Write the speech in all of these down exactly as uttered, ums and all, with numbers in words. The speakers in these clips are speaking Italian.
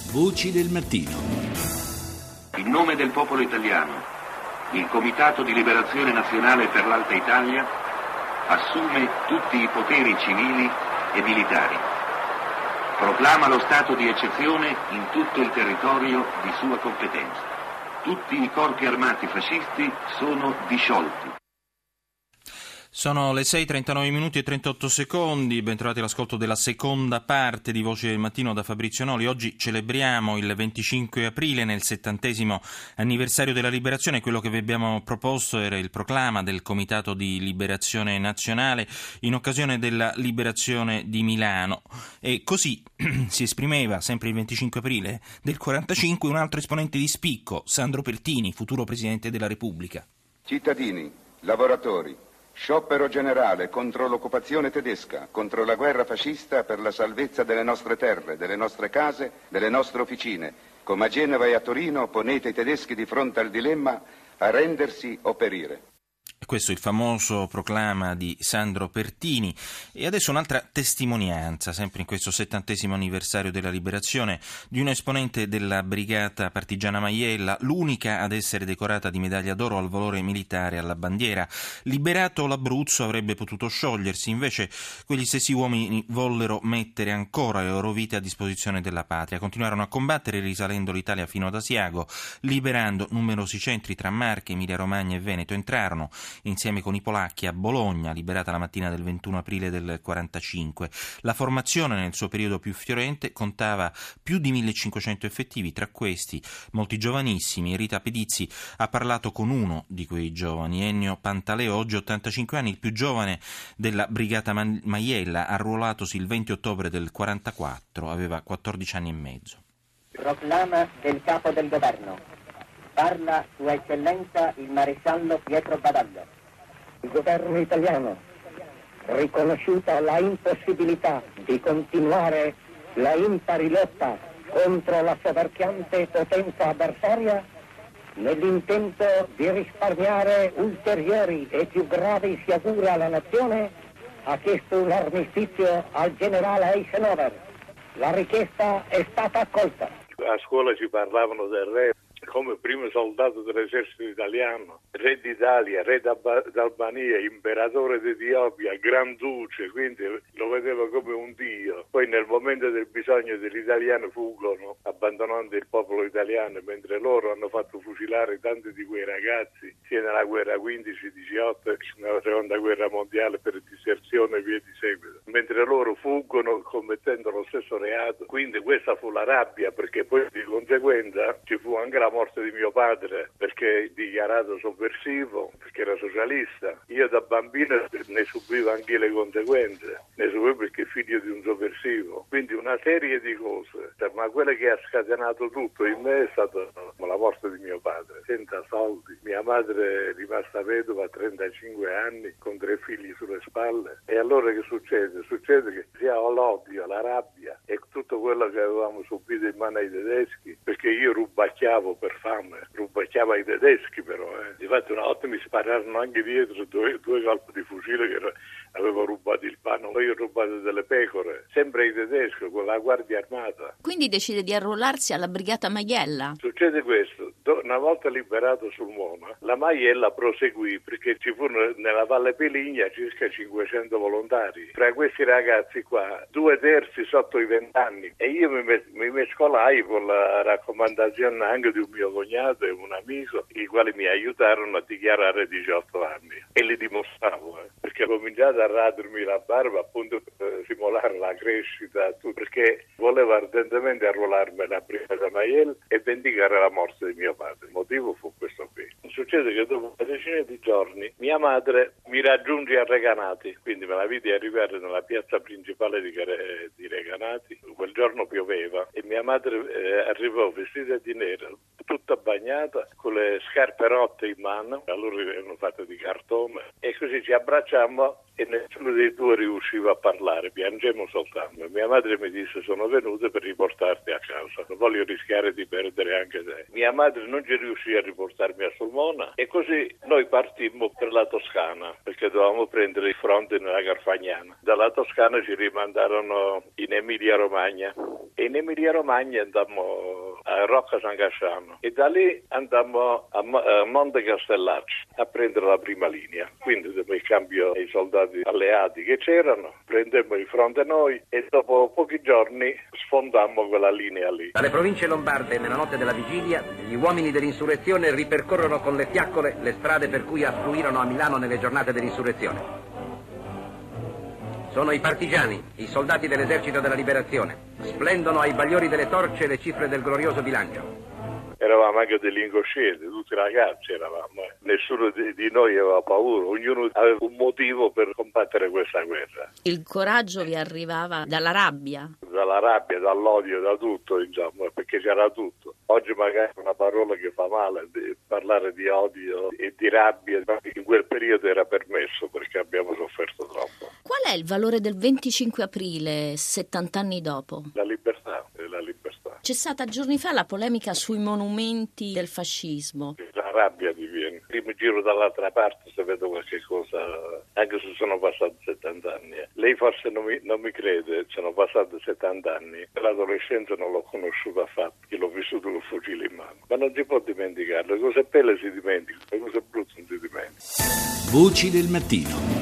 Voci del mattino. In nome del popolo italiano, il Comitato di Liberazione Nazionale per l'Alta Italia assume tutti i poteri civili e militari. Proclama lo stato di eccezione in tutto il territorio di sua competenza. Tutti i corpi armati fascisti sono disciolti. Sono le sei e trentanove minuti e trentotto secondi, bentrovati all'ascolto della seconda parte di Voci del Mattino da Fabrizio Noli. Oggi celebriamo il venticinque aprile, nel settantesimo anniversario della liberazione. Quello che vi abbiamo proposto era il proclama del Comitato di Liberazione Nazionale in occasione della liberazione di Milano. E così si esprimeva, sempre il venticinque aprile del quarantacinque, un altro esponente di spicco, Sandro Pertini, futuro Presidente della Repubblica. Cittadini, lavoratori, sciopero generale contro l'occupazione tedesca, contro la guerra fascista per la salvezza delle nostre terre, delle nostre case, delle nostre officine. Come a Genova e a Torino ponete i tedeschi di fronte al dilemma a rendersi o perire. Questo è il famoso proclama di Sandro Pertini. E adesso un'altra testimonianza, sempre in questo settantesimo anniversario della liberazione, di un esponente della brigata partigiana Maiella, l'unica ad essere decorata di medaglia d'oro al valore militare alla bandiera. Liberato l'Abruzzo avrebbe potuto sciogliersi, invece quegli stessi uomini vollero mettere ancora le loro vite a disposizione della patria. Continuarono a combattere risalendo l'Italia fino ad Asiago, liberando numerosi centri tra Marche, Emilia Romagna e Veneto. Entrarono insieme con i polacchi a Bologna, liberata la mattina del ventuno aprile del quarantacinque. La formazione nel suo periodo più fiorente contava più di millecinquecento effettivi, tra questi molti giovanissimi. Rita Pedizzi ha parlato con uno di quei giovani, Ennio Pantaleo, oggi ottantacinque anni, il più giovane della brigata Maiella, arruolatosi il venti ottobre del quarantaquattro, aveva quattordici anni e mezzo. Proclama del capo del governo. Parla Sua Eccellenza il Maresciallo Pietro Badoglio. Il governo italiano, riconosciuta la impossibilità di continuare la impari lotta contro la soverchiante potenza avversaria, nell'intento di risparmiare ulteriori e più gravi sciagure alla nazione, ha chiesto un armistizio al generale Eisenhower. La richiesta è stata accolta. A scuola ci parlavano del re come primo soldato dell'esercito italiano, re d'Italia, re d'Albania, imperatore d'Etiopia, Gran Duce, quindi lo vedevo come un dio. Poi nel momento del bisogno degli italiani fuggono, abbandonando il popolo italiano, mentre loro hanno fatto fucilare tanti di quei ragazzi, sia nella guerra quindici diciotto che nella seconda guerra mondiale per diserzione e via di seguito. Mentre loro fuggono commettendo lo stesso reato, quindi questa fu la rabbia, perché poi di conseguenza ci fu anche la morte di mio padre, perché dichiarato sovversivo, perché era socialista. Io da bambino ne subivo anche le conseguenze, ne subivo perché figlio di un sovversivo. Quindi una serie di cose, ma quella che ha scatenato tutto in me è stata la morte di mio padre, senza soldi. Mia madre è rimasta vedova a trentacinque anni, con tre figli sulle spalle. E allora che succede? Succede che si ha l'odio, la rabbia e tutto quello che avevamo subito in mano ai tedeschi, perché io rubacchiavo per fame, rubacchiava ai tedeschi però, eh. Infatti una volta mi spararono anche dietro due, due colpi di fucile che era, avevo rubato il pane, poi ho rubato delle pecore, sempre ai tedeschi, con la guardia armata. Quindi decide di arruolarsi alla brigata Maiella? Succede questo, una volta liberato sul Mona, la Maiella proseguì perché ci furono nella Valle Peligna circa cinquecento volontari. Tra questi ragazzi qua, due terzi sotto i vent'anni, e io mi, met- mi mescolai con la raccomandazione anche di un mio cognato e un amico, i quali mi aiutarono a dichiarare diciotto anni. E li dimostravo, eh, perché ho cominciato a radermi la barba appunto per simulare la crescita, tutto, perché volevo ardentemente arruolarmi alla brigata Maiella e vendicare la morte di mio padre. Il motivo fu questo qui. Succede che dopo una decina di giorni mia madre mi raggiunge a Recanati, quindi me la vidi arrivare nella piazza principale di, di Recanati. Quel giorno pioveva e mia madre eh, arrivò vestita di nero, tutta bagnata, con le scarpe rotte in mano, allora erano fatte di cartone, e così ci abbracciammo e nessuno dei due riusciva a parlare, piangemmo soltanto. Mia madre mi disse: sono venuta per riportarti a casa. so, non voglio rischiare di perdere anche te. Mia madre non ci riuscì a riportarmi a Sulmona e così noi partimmo per la Toscana, perché dovevamo prendere il fronte nella Garfagnana. Dalla Toscana ci rimandarono in Emilia Romagna e in Emilia Romagna andammo a Rocca San Casciano e da lì andammo a Monte Castellaccio a prendere la prima linea. Quindi dopo il cambio ai soldati alleati che c'erano, prendemmo il fronte noi e dopo pochi giorni sfondammo quella linea lì. Dalle province lombarde, nella notte della vigilia, gli uomini dell'insurrezione ripercorrono con le fiaccole le strade per cui affluirono a Milano nelle giornate dell'insurrezione. Sono i partigiani, i soldati dell'esercito della liberazione. Splendono ai bagliori delle torce le cifre del glorioso bilancio. Eravamo anche degli incoscienti, tutti ragazzi eravamo. Nessuno di, di noi aveva paura, ognuno aveva un motivo per combattere questa guerra. Il coraggio vi arrivava dalla rabbia? Dalla rabbia, dall'odio, da tutto, insomma, perché c'era tutto. Oggi magari è una parola che fa male, di parlare di odio e di rabbia, ma in quel periodo era permesso perché abbiamo sofferto troppo. Qual è il valore del venticinque aprile, settanta anni dopo? La libertà, la libertà. C'è stata giorni fa la polemica sui monumenti del fascismo. La rabbia mi viene. Mi giro dall'altra parte se vedo qualche cosa, anche se sono passati settanta anni. Lei forse non mi, non mi crede, sono passati settanta anni. L'adolescenza non l'ho conosciuta affatto, che l'ho vissuto con il fucile in mano. Ma non si può dimenticare, le cose belle si dimenticano, le cose brutte non si dimenticano. Voci del mattino.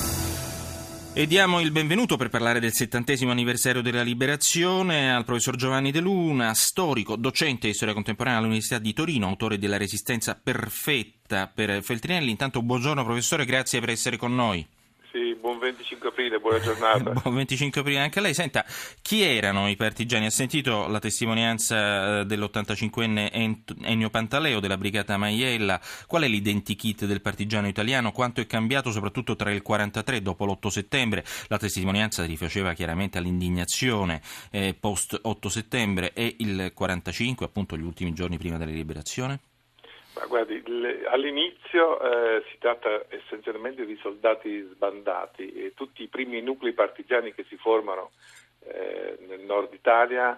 E diamo il benvenuto per parlare del settantesimo anniversario della Liberazione al professor Giovanni De Luna, storico, docente di storia contemporanea all'Università di Torino, autore della Resistenza perfetta per Feltrinelli. Intanto buongiorno professore, grazie per essere con noi. Sì, buon venticinque aprile, buona giornata. Buon venticinque aprile anche a lei. Senta, chi erano i partigiani? Ha sentito la testimonianza dell'ottantacinquenne Ennio Pantaleo della Brigata Maiella. Qual è l'identikit del partigiano italiano? Quanto è cambiato soprattutto tra il quarantatré dopo l'otto settembre? La testimonianza rifaceva chiaramente all'indignazione eh, post otto settembre e il quarantacinque, appunto gli ultimi giorni prima della liberazione? Ma guardi, le, all'inizio eh, si tratta essenzialmente di soldati sbandati e tutti i primi nuclei partigiani che si formano eh, nel nord Italia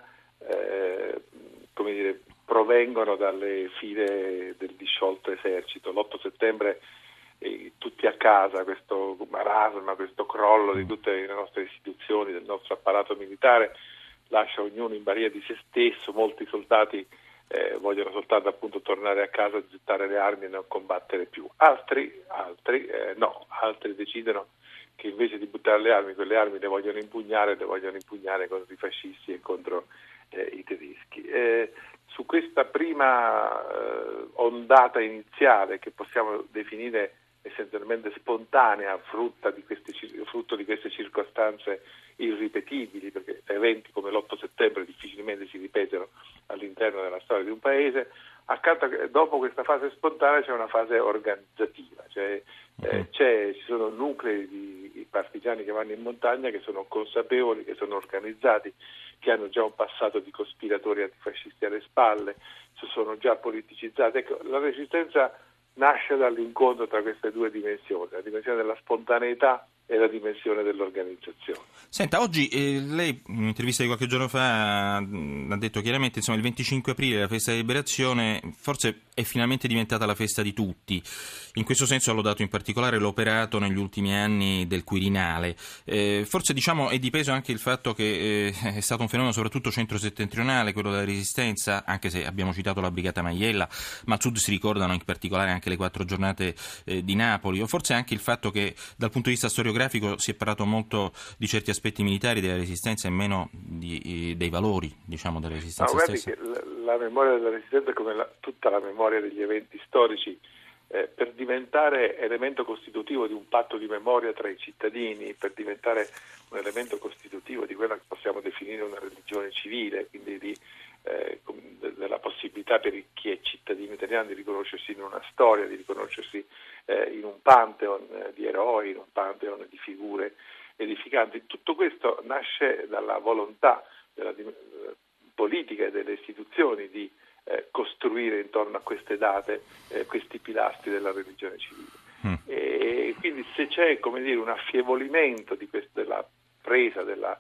eh, come dire, provengono dalle file del disciolto esercito. L'otto settembre eh, tutti a casa, questo marasma, questo crollo di tutte le nostre istituzioni, del nostro apparato militare lascia ognuno in balia di se stesso. Molti soldati Eh, vogliono soltanto appunto tornare a casa, gettare le armi e non combattere più. Altri, altri eh, no, altri decidono che invece di buttare le armi, quelle armi le vogliono impugnare, le vogliono impugnare contro i fascisti e contro eh, i tedeschi. Eh, su questa prima eh, ondata iniziale, che possiamo definire essenzialmente spontanea, frutto di queste, frutto di queste circostanze irripetibili, perché eventi come l'otto settembre difficilmente si ripetono all'interno della storia di un paese. Accanto a, dopo questa fase spontanea c'è una fase organizzativa, cioè eh, c'è, ci sono nuclei di, di partigiani che vanno in montagna, che sono consapevoli, che sono organizzati, che hanno già un passato di cospiratori antifascisti alle spalle, si sono già politicizzati. Ecco, la resistenza nasce dall'incontro tra queste due dimensioni, la dimensione della spontaneità e la dimensione dell'organizzazione. Senta, oggi eh, lei in un'intervista di qualche giorno fa ha detto chiaramente, insomma, il venticinque aprile, la festa della liberazione, forse è finalmente diventata la festa di tutti. In questo senso ha lodato in particolare l'operato negli ultimi anni del Quirinale. Eh, forse diciamo è dipeso anche il fatto che eh, è stato un fenomeno soprattutto centro-settentrionale, quello della resistenza, anche se abbiamo citato la Brigata Maiella, ma al sud si ricordano in particolare anche le quattro giornate eh, di Napoli, o forse anche il fatto che dal punto di vista storiografico si è parlato molto di certi aspetti militari della resistenza e meno di, dei valori, diciamo, della resistenza no, stessa. Guardi che la, la memoria della resistenza, come la, tutta la memoria degli eventi storici, eh, per diventare elemento costitutivo di un patto di memoria tra i cittadini, per diventare un elemento costitutivo di quella che possiamo definire una religione civile, quindi di, eh, della possibilità per chi è cittadino italiano di riconoscersi in una storia, di riconoscersi eh, in un pantheon eh, di eroi, in un pantheon di figure edificanti. Tutto questo nasce dalla volontà della eh, politica e delle istituzioni di eh, costruire intorno a queste date eh, questi pilastri della religione civile. Mm. E quindi se c'è, come dire, un affievolimento di questa, della presa della,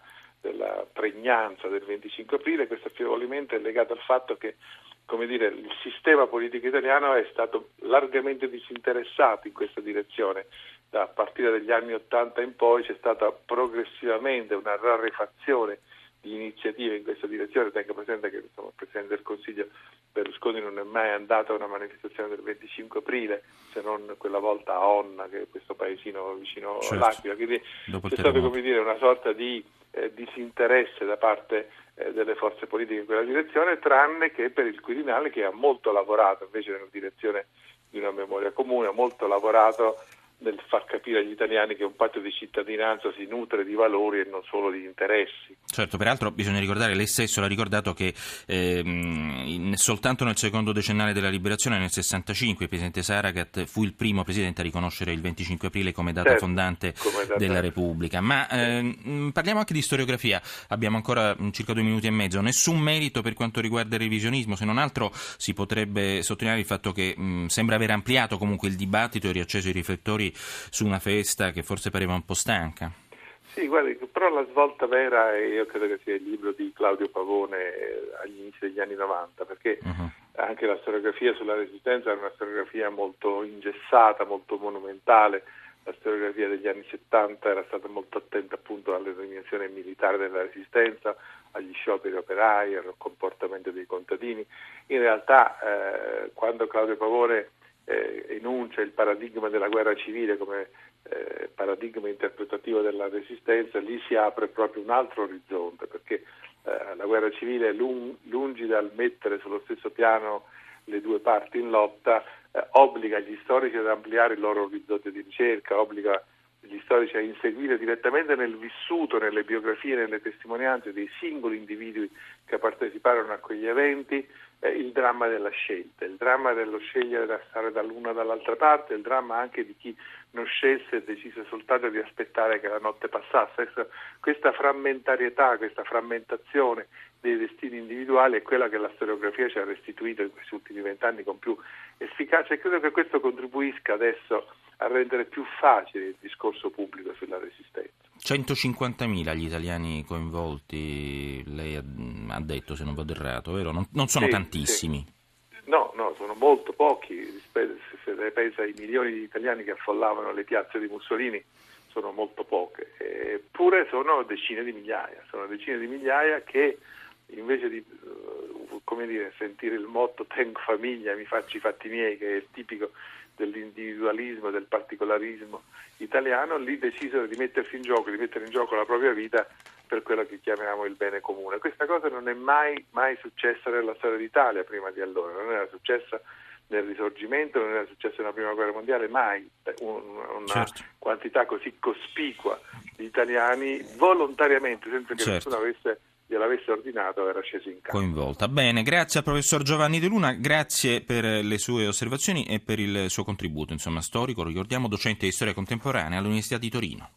della pregnanza del venticinque aprile. Questo affievolimento è legato al fatto che, come dire, il sistema politico italiano è stato largamente disinteressato in questa direzione. Da a partire dagli anni Ottanta in poi c'è stata progressivamente una rarefazione di iniziative in questa direzione. Tengo presente che insomma, il Presidente del Consiglio Berlusconi non è mai andato a una manifestazione del venticinque aprile, se non quella volta a Onna, che è questo paesino vicino certo. all'Aquila. Quindi c'è stato, come dire, una sorta di eh, disinteresse da parte eh, delle forze politiche in quella direzione, tranne che per il Quirinale, che ha molto lavorato invece nella direzione di una memoria comune, ha molto lavorato nel far capire agli italiani che un patto di cittadinanza si nutre di valori e non solo di interessi. Certo, peraltro bisogna ricordare, lei stesso l'ha ricordato, che ehm, soltanto nel secondo decennale della liberazione, nel sessantacinque, il presidente Saragat fu il primo presidente a riconoscere il venticinque aprile come data certo, fondante come data della Repubblica. Ma ehm, parliamo anche di storiografia, abbiamo ancora circa due minuti e mezzo. Nessun merito per quanto riguarda il revisionismo, se non altro si potrebbe sottolineare il fatto che mh, sembra aver ampliato comunque il dibattito e riacceso i riflettori su una festa che forse pareva un po' stanca. Sì, guardi, però la svolta vera, e io credo che sia il libro di Claudio Pavone agli inizi degli anni novanta, perché uh-huh. anche la storiografia sulla Resistenza era una storiografia molto ingessata, molto monumentale. La storiografia degli anni settanta era stata molto attenta appunto all'organizzazione militare della Resistenza, agli scioperi operai, al comportamento dei contadini. In realtà eh, quando Claudio Pavone eh, enuncia il paradigma della guerra civile come eh, paradigma interpretativo della Resistenza, lì si apre proprio un altro orizzonte, perché eh, la guerra civile, lung- lungi dal mettere sullo stesso piano le due parti in lotta, eh, obbliga gli storici ad ampliare il loro orizzonte di ricerca, obbliga gli storici a inseguire direttamente nel vissuto, nelle biografie, nelle testimonianze dei singoli individui che parteciparono a quegli eventi, eh, il dramma della scelta, il dramma dello scegliere da stare dall'una o dall'altra parte, il dramma anche di chi non scelse e decise soltanto di aspettare che la notte passasse. Questa frammentarietà, questa frammentazione dei destini individuali è quella che la storiografia ci ha restituito in questi ultimi vent'anni con più efficacia, e credo che questo contribuisca adesso a rendere più facile il discorso pubblico sulla Resistenza. centocinquantamila gli italiani coinvolti, lei ha detto, se non vado errato, vero? Non, non sono sì, sì. No, no, sono molto pochi, se ne pensa ai milioni di italiani che affollavano le piazze di Mussolini, sono molto poche, eppure sono decine di migliaia, sono decine di migliaia che invece di come dire, sentire il motto tengo famiglia, mi faccio i fatti miei, che è il tipico dell'individualismo, del particolarismo italiano, lì decisero di mettersi in gioco, di mettere in gioco la propria vita per quello che chiamiamo il bene comune. Questa cosa non è mai, mai successa nella storia d'Italia prima di allora, non era successa nel Risorgimento, non era successo nella Prima Guerra Mondiale, mai una certo. quantità così cospicua di italiani volontariamente, senza che certo. nessuno avesse gliel'avesse ordinato, era sceso in campo. Coinvolta. Bene, grazie al professor Giovanni De Luna, grazie per le sue osservazioni e per il suo contributo, insomma, storico, ricordiamo, docente di storia contemporanea all'Università di Torino.